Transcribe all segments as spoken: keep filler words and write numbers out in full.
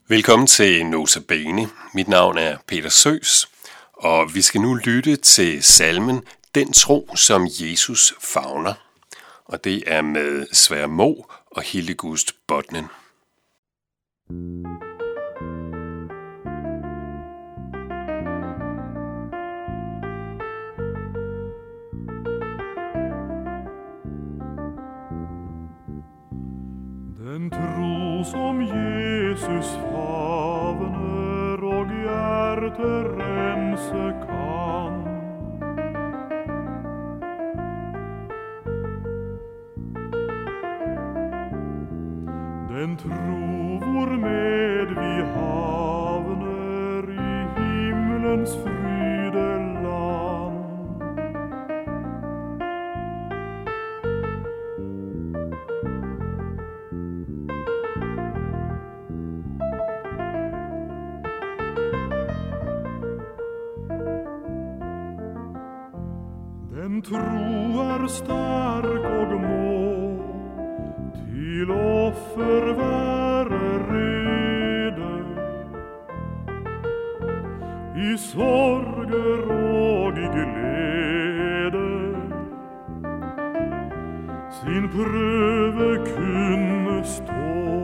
Velkommen til Notabene. Mit navn er Peter Søs, og vi skal nu lytte til salmen Den tro, som Jesus favner. Og det er med Sverre Mo og Hillegust Botnen. Den tro som Jesus favner og hjertet rense kan, den tro hvormed vi havner i himmelens frydeland. Den tro er sterk og må til offer være rede, i sorger og i glede, sin prøve kunne stå.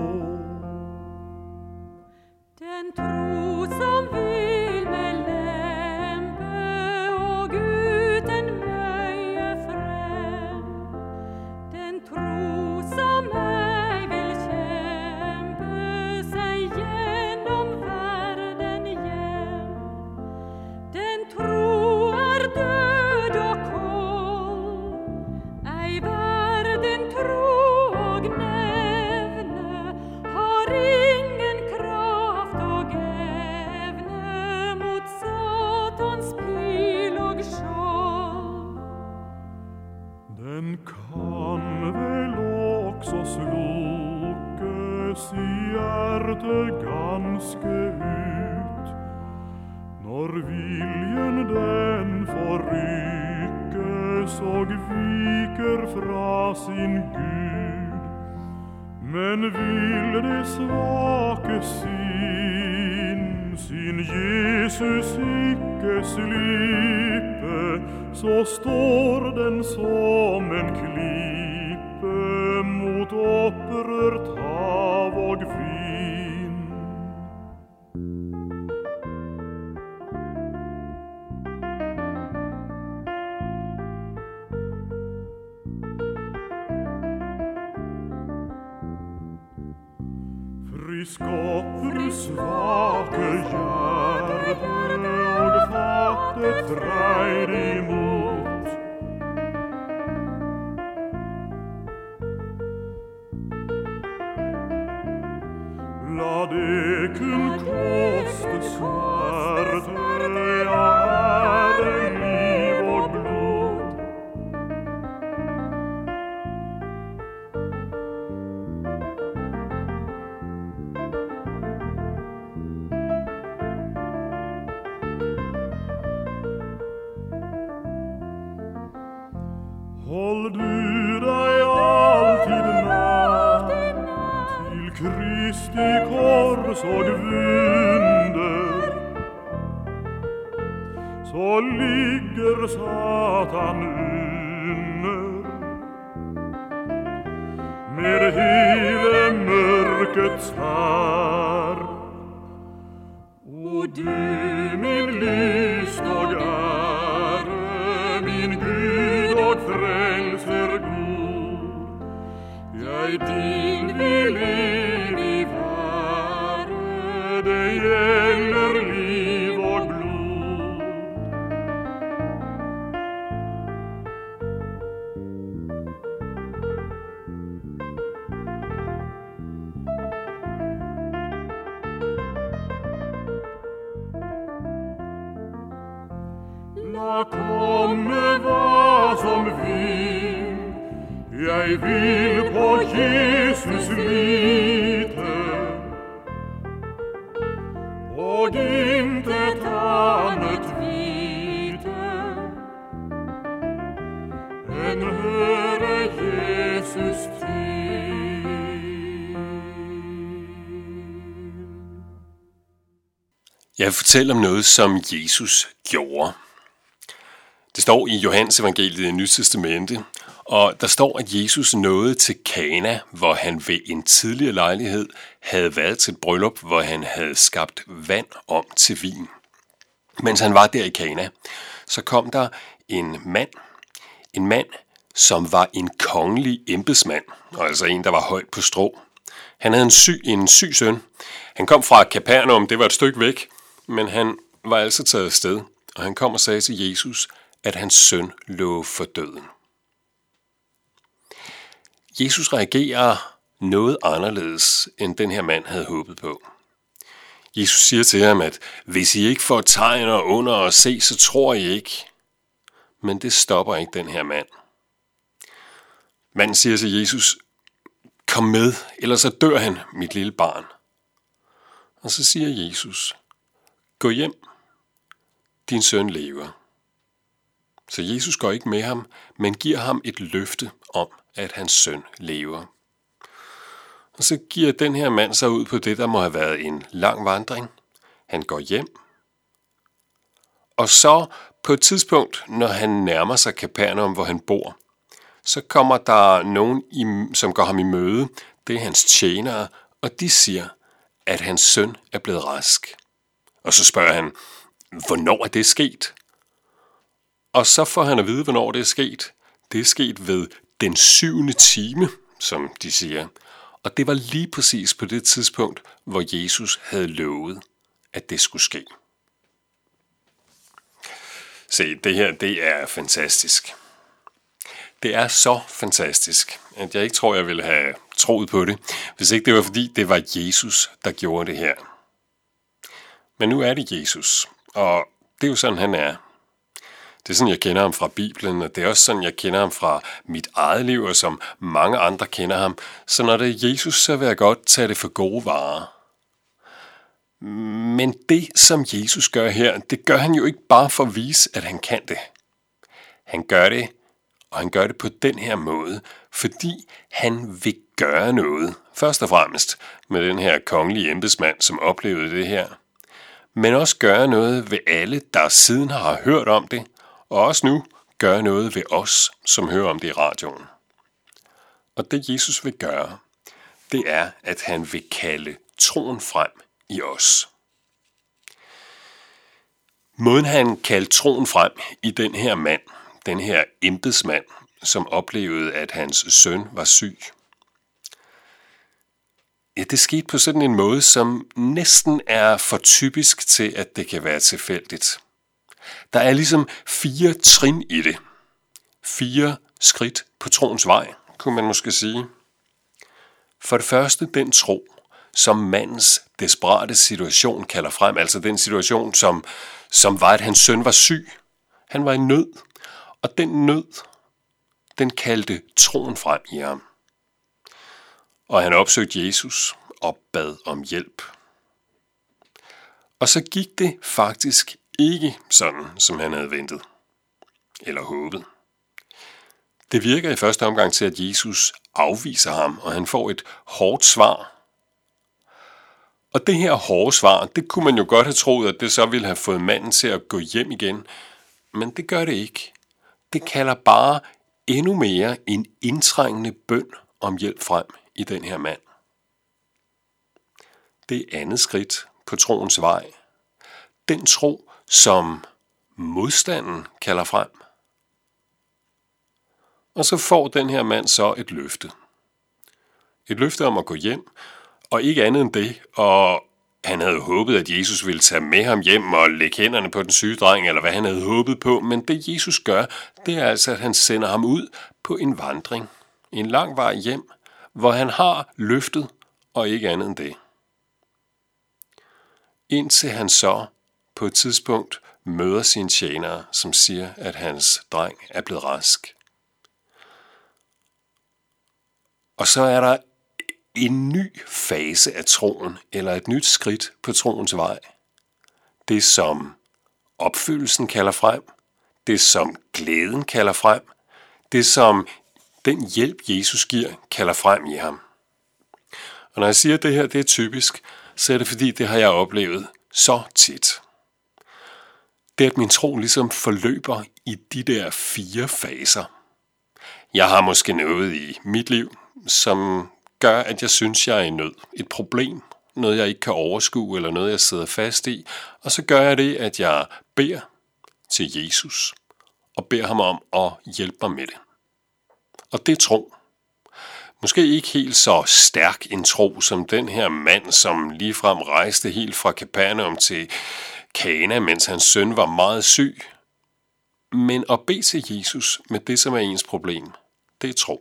Den tro som vil med lempe og uten møye frem, den tro som ei vil kjempe seg gjennom verden hjem, den tro er død og kold, ei verden tro og nevne har ingen kraft og evne mot Satans pil og skjold. Den kan vel også slukkes i hjertet ganske ut, når viljen den forrykkes og viker fra sin Gud. Men vil det svake sinn sin Jesus ikke slippe, så står den som en klippe mot opprørt hav og vind. Frisk opp du svake hjerte og fattet freid imot. La det kun koste smerte, ja, ære, liv og blod. Hold du deg alltid nær til Kristi kors og vunder, så ligger Satan under med hele mørkets hær. O du min lyst og ære, min Gud og frelser god, jeg din vil evig være, det gjelder liv og blod. La komme hva som vil, jeg vil på Jesus lite, og intet annet vite, enn høre Jesus til. Jeg vil fortælle om noget, som Jesus gjorde. Det står i Johannes evangeliet i Nyt Testamente, og der står, at Jesus nåede til Kana, hvor han ved en tidligere lejlighed havde været til et bryllup, hvor han havde skabt vand om til vin. Mens han var der i Kana, så kom der en mand, en mand, som var en kongelig embedsmand, altså en, der var højt på strå. Han havde en syg, en syg søn. Han kom fra Kapernaum, det var et stykke væk, men han var altså taget afsted, og han kom og sagde til Jesus, at hans søn lå for døden. Jesus reagerer noget anderledes, end den her mand havde håbet på. Jesus siger til ham, at hvis I ikke får tegn og under og se, så tror I ikke. Men det stopper ikke den her mand. Manden siger til Jesus, kom med, ellers så dør han, mit lille barn. Og så siger Jesus, gå hjem, din søn lever. Så Jesus går ikke med ham, men giver ham et løfte om, at hans søn lever. Og så giver den her mand sig ud på det, der må have været en lang vandring. Han går hjem. Og så på et tidspunkt, når han nærmer sig Kapernaum, hvor han bor, så kommer der nogen, som går ham i møde. Det er hans tjenere, og de siger, at hans søn er blevet rask. Og så spørger han, hvornår er det sket? Og så får han at vide, hvornår det er sket. Det er sket ved den syvende time, som de siger. Og det var lige præcis på det tidspunkt, hvor Jesus havde lovet, at det skulle ske. Se, det her, det er fantastisk. Det er så fantastisk, at jeg ikke tror, jeg ville have troet på det, hvis ikke det var fordi, det var Jesus, der gjorde det her. Men nu er det Jesus, og det er jo sådan, han er. Det er sådan, jeg kender ham fra Bibelen, og det er også sådan, jeg kender ham fra mit eget liv, og som mange andre kender ham. Så når det er Jesus, så vil jeg godt tage det for gode varer. Men det, som Jesus gør her, det gør han jo ikke bare for at vise, at han kan det. Han gør det, og han gør det på den her måde, fordi han vil gøre noget. Først og fremmest med den her kongelige embedsmand, som oplevede det her. Men også gøre noget ved alle, der siden har hørt om det, og også nu gøre noget ved os, som hører om det i radioen. Og det Jesus vil gøre, det er, at han vil kalde troen frem i os. Måden han kaldte troen frem i den her mand, den her embedsmand, som oplevede, at hans søn var syg. Ja, det skete på sådan en måde, som næsten er for typisk til, at det kan være tilfældigt. Der er ligesom fire trin i det. Fire skridt på troens vej, kunne man måske sige. For det første den tro, som mandens desperate situation kalder frem, altså den situation, som, som var, at hans søn var syg. Han var i nød, og den nød, den kaldte troen frem i ham. Og han opsøgte Jesus og bad om hjælp. Og så gik det faktisk ikke sådan, som han havde ventet eller håbet. Det virker i første omgang til, at Jesus afviser ham, og han får et hårdt svar. Og det her hårde svar, det kunne man jo godt have troet, at det så ville have fået manden til at gå hjem igen. Men det gør det ikke. Det kalder bare endnu mere en indtrængende bøn om hjælp frem i den her mand. Det andet skridt på troens vej. Den tro, som modstanden kalder frem. Og så får den her mand så et løfte. Et løfte om at gå hjem, og ikke andet end det, og han havde håbet, at Jesus ville tage med ham hjem og lægge hænderne på den syge dreng, eller hvad han havde håbet på, men det Jesus gør, det er altså, at han sender ham ud på en vandring, en lang vej hjem, hvor han har løftet, og ikke andet end det. Indtil han så på et tidspunkt møder sine tjenere, som siger, at hans dreng er blevet rask. Og så er der en ny fase af troen, eller et nyt skridt på troens vej. Det som opfyldelsen kalder frem, det som glæden kalder frem, det som den hjælp Jesus giver kalder frem i ham. Og når jeg siger, at det her det er typisk, så er det fordi, det har jeg oplevet så tit. Det er, at min tro ligesom forløber i de der fire faser. Jeg har måske noget i mit liv, som gør, at jeg synes, jeg er i nød. Et problem, noget jeg ikke kan overskue, eller noget jeg sidder fast i. Og så gør jeg det, at jeg beder til Jesus, og beder ham om at hjælpe mig med det. Og det er tro. Måske ikke helt så stærk en tro som den her mand, som ligefrem rejste helt fra Kapernaum til Kana, mens hans søn var meget syg. Men at bede til Jesus med det, som er ens problem, det er tro.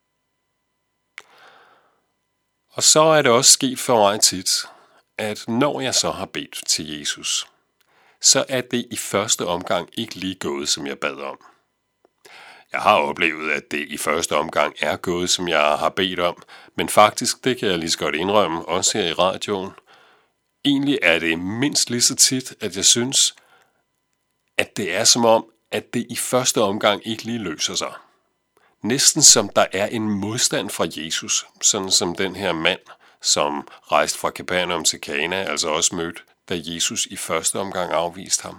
Og så er det også sket for mig tit, at når jeg så har bedt til Jesus, så er det i første omgang ikke lige gået, som jeg bad om. Jeg har oplevet, at det i første omgang er gået, som jeg har bedt om, men faktisk, det kan jeg lige så godt indrømme, også her i radioen. Egentlig er det mindst lige så tit, at jeg synes, at det er som om, at det i første omgang ikke lige løser sig. Næsten som der er en modstand fra Jesus, sådan som den her mand, som rejste fra Kapernaum til Kana, altså også mødte, da Jesus i første omgang afviste ham.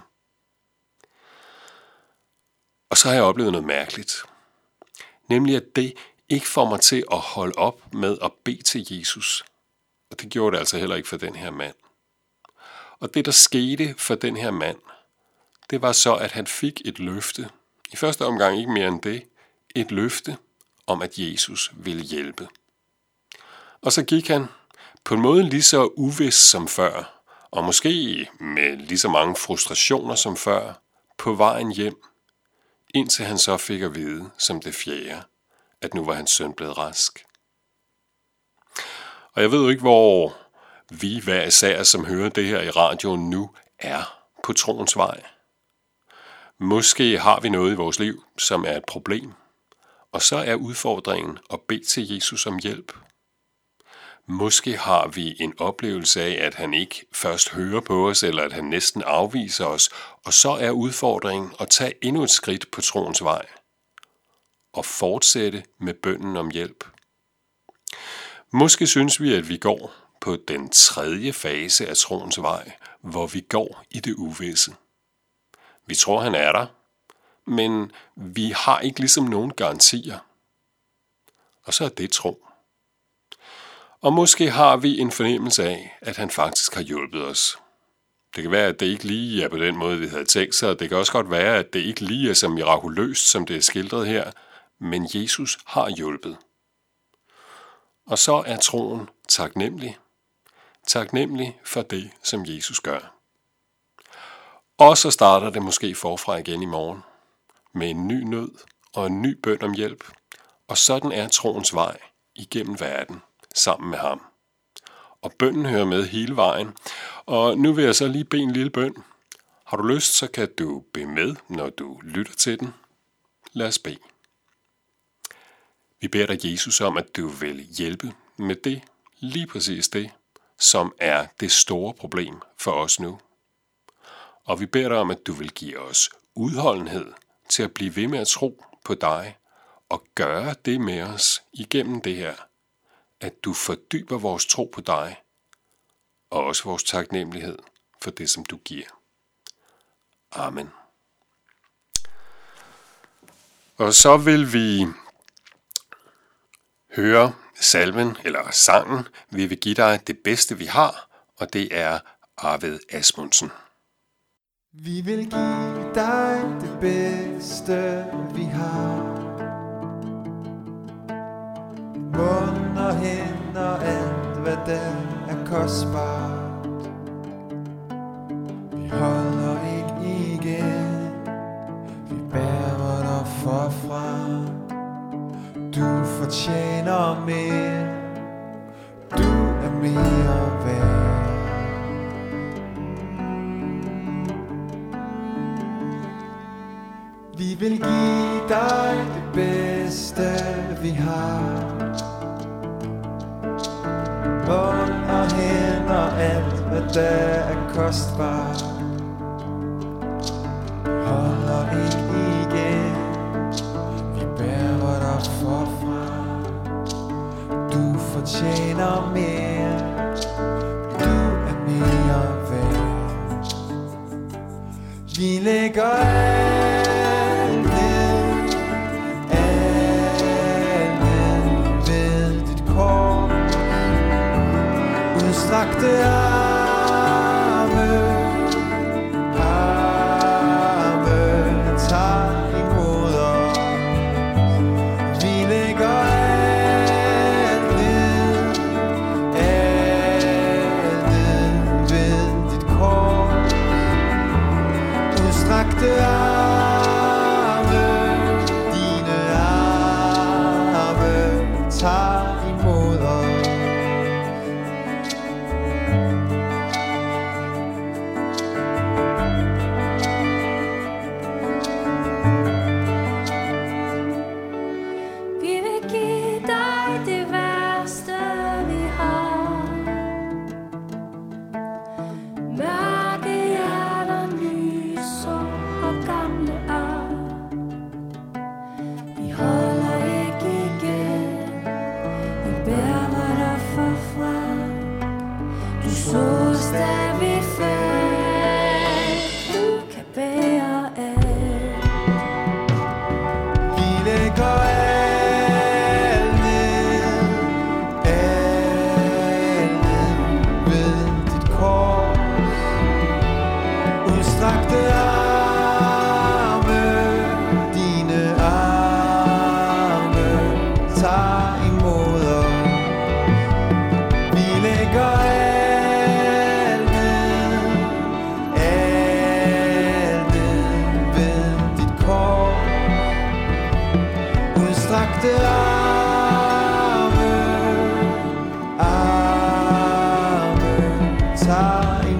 Og så har jeg oplevet noget mærkeligt. Nemlig at det ikke får mig til at holde op med at bede til Jesus. Og det gjorde det altså heller ikke for den her mand. Og det der skete for den her mand, det var så, at han fik et løfte. I første omgang ikke mere end det. Et løfte om, at Jesus ville hjælpe. Og så gik han på en måde lige så uvidst som før, og måske med lige så mange frustrationer som før, på vejen hjem, indtil han så fik at vide som det fjerde, at nu var hans søn blevet rask. Og jeg ved jo ikke, hvor vi hver især, som hører det her i radioen nu, er på troens vej. Måske har vi noget i vores liv, som er et problem, og så er udfordringen at bede til Jesus om hjælp. Måske har vi en oplevelse af, at han ikke først hører på os, eller at han næsten afviser os, og så er udfordringen at tage endnu et skridt på troens vej og fortsætte med bønnen om hjælp. Måske synes vi, at vi går på den tredje fase af troens vej, hvor vi går i det uvisse. Vi tror, han er der, men vi har ikke ligesom nogen garantier. Og så er det tro. Og måske har vi en fornemmelse af, at han faktisk har hjulpet os. Det kan være, at det ikke lige er på den måde, vi havde tænkt sig, og det kan også godt være, at det ikke lige er så mirakuløst, som det er skildret her, men Jesus har hjulpet. Og så er troen taknemmelig. Taknemmelig for det, som Jesus gør. Og så starter det måske forfra igen i morgen, med en ny nød og en ny bøn om hjælp. Og sådan er troens vej igennem verden, sammen med ham. Og bønnen hører med hele vejen. Og nu vil jeg så lige bede en lille bøn. Har du lyst, så kan du bede med, når du lytter til den. Lad os bede. Vi beder dig, Jesus, om, at du vil hjælpe med det, lige præcis det, som er det store problem for os nu. Og vi beder dig om, at du vil give os udholdenhed til at blive ved med at tro på dig og gøre det med os igennem det her, at du fordyber vores tro på dig og også vores taknemmelighed for det, som du giver. Amen. Og så vil vi høre salmen eller sangen, vi vil give dig det bedste vi har, og det er Arvid Asmundsen. Vi vil give dig det bedste vi har. Mund og hænder, alt hvad der er kostbart. Vi holder ikke igen, vi bærer dig forfra. Du fortjener mere, du er mere værd. Vi vil give dig det bedste vi har. Mund og hænder, alt hvad der er kostbart. Holder ikke igen, vi bærer dig forfra. Du fortjener mere, du er mere værd. Vi lægger alt ned, alt ned ved dit kors. Udstrakte arme, arme tager imod os. Vi lægger alt ned, alt ned ved dit kors. Udstrakte arme, dine arme tager imod os. Vi vil give dig det værste, vi har. Mørke hjerter, nye sår og gamle ar. Vi holder ikke igen, vi bærer dig forfra. Du så os, da vi faldt, du kan bære alt. Vi lægger alt ned, alt ned ved dit kors. Udstrakte arme, dine arme tager imod os. Vi lægger alt ned, alt ned ved dit kors. Udstrakte arme, arme tager imod os.